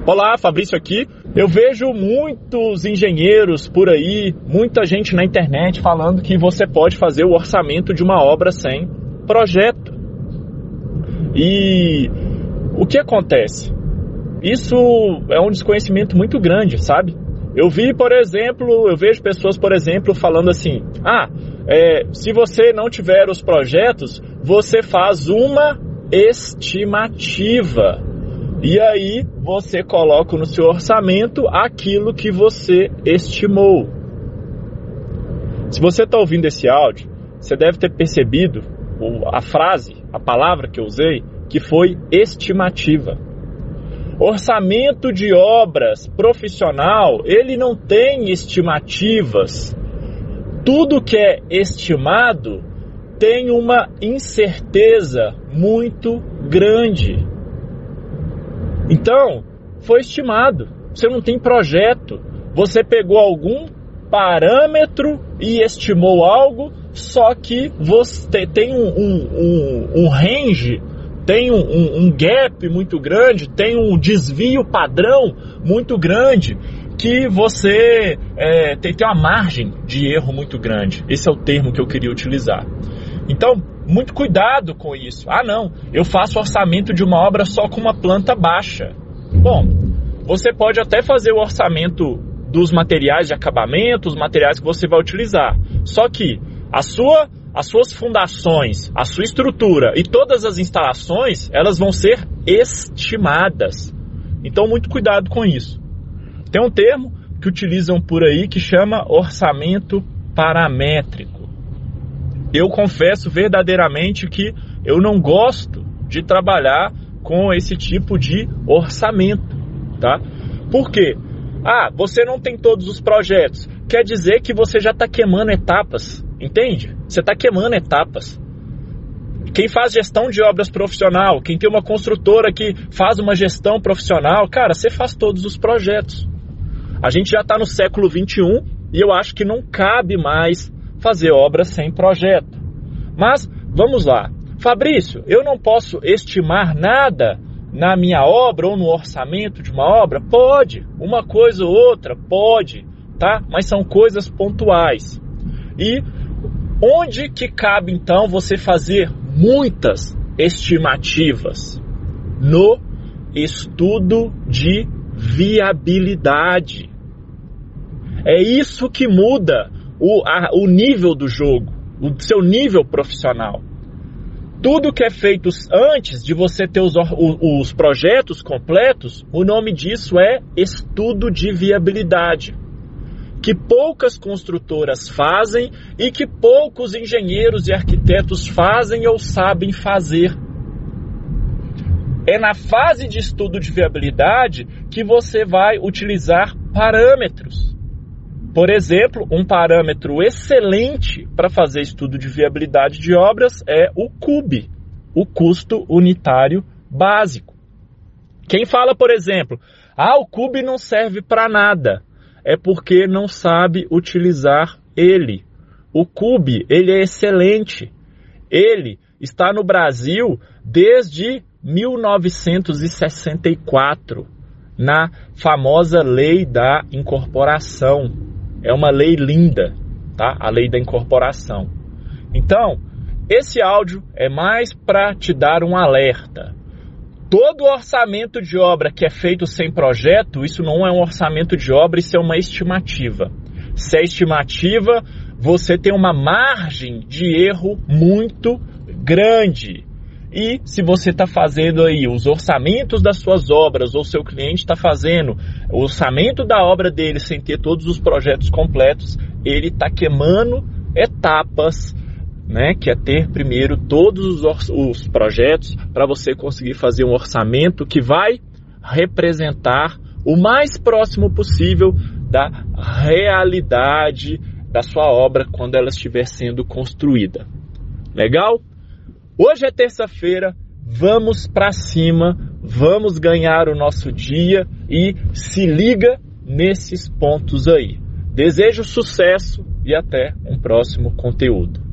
Olá, Fabrício aqui. Eu vejo muitos engenheiros por aí, muita gente na internet falando que você pode fazer o orçamento de uma obra sem projeto. E o que acontece? Isso é um desconhecimento muito grande, sabe? Eu vejo pessoas, por exemplo, falando assim, se você não tiver os projetos, você faz uma estimativa. E aí você coloca no seu orçamento aquilo que você estimou. Se você está ouvindo esse áudio, você deve ter percebido a palavra que eu usei, que foi estimativa. Orçamento de obras profissional, ele não tem estimativas. Tudo que é estimado tem uma incerteza muito grande. Então, foi estimado. Você não tem projeto. Você pegou algum parâmetro e estimou algo, só que você tem um range, tem um gap muito grande, tem um desvio padrão muito grande, que você tem uma margem de erro muito grande. Esse é o termo que eu queria utilizar. Então, muito cuidado com isso. Não, eu faço orçamento de uma obra só com uma planta baixa. Bom, você pode até fazer o orçamento dos materiais de acabamento, os materiais que você vai utilizar. Só que as suas fundações, a sua estrutura e todas as instalações, elas vão ser estimadas. Então, muito cuidado com isso. Tem um termo que utilizam por aí que chama orçamento paramétrico. Eu confesso verdadeiramente que eu não gosto de trabalhar com esse tipo de orçamento, tá? Por quê? Você não tem todos os projetos. Quer dizer que você já está queimando etapas, entende? Você está queimando etapas. Quem faz gestão de obras profissional, quem tem uma construtora que faz uma gestão profissional, cara, você faz todos os projetos. A gente já está no século XXI e eu acho que não cabe mais fazer obras sem projeto. Mas, vamos lá. Fabrício, eu não posso estimar nada na minha obra ou no orçamento de uma obra? Pode. Uma coisa ou outra, pode, tá? Mas são coisas pontuais. E onde que cabe, então, você fazer muitas estimativas? No estudo de viabilidade. É isso que muda o nível do jogo, o seu nível profissional. Tudo que é feito antes de você ter os projetos completos, o nome disso é estudo de viabilidade, que poucas construtoras fazem e que poucos engenheiros e arquitetos fazem ou sabem fazer. É na fase de estudo de viabilidade que você vai utilizar parâmetros. Por exemplo, um parâmetro excelente para fazer estudo de viabilidade de obras é o CUB, o custo unitário básico. Quem fala, por exemplo, o CUB não serve para nada, é porque não sabe utilizar ele. O CUB, ele é excelente. Ele está no Brasil desde 1964, na famosa Lei da Incorporação. É uma lei linda, tá? A lei da incorporação. Então, esse áudio é mais para te dar um alerta. Todo orçamento de obra que é feito sem projeto, isso não é um orçamento de obra, isso é uma estimativa. Se é estimativa, você tem uma margem de erro muito grande. E se você está fazendo aí os orçamentos das suas obras, ou seu cliente está fazendo o orçamento da obra dele sem ter todos os projetos completos, ele está queimando etapas, né? Que é ter primeiro todos os projetos para você conseguir fazer um orçamento que vai representar o mais próximo possível da realidade da sua obra quando ela estiver sendo construída. Legal? Hoje é terça-feira, vamos para cima, vamos ganhar o nosso dia e se liga nesses pontos aí. Desejo sucesso e até um próximo conteúdo.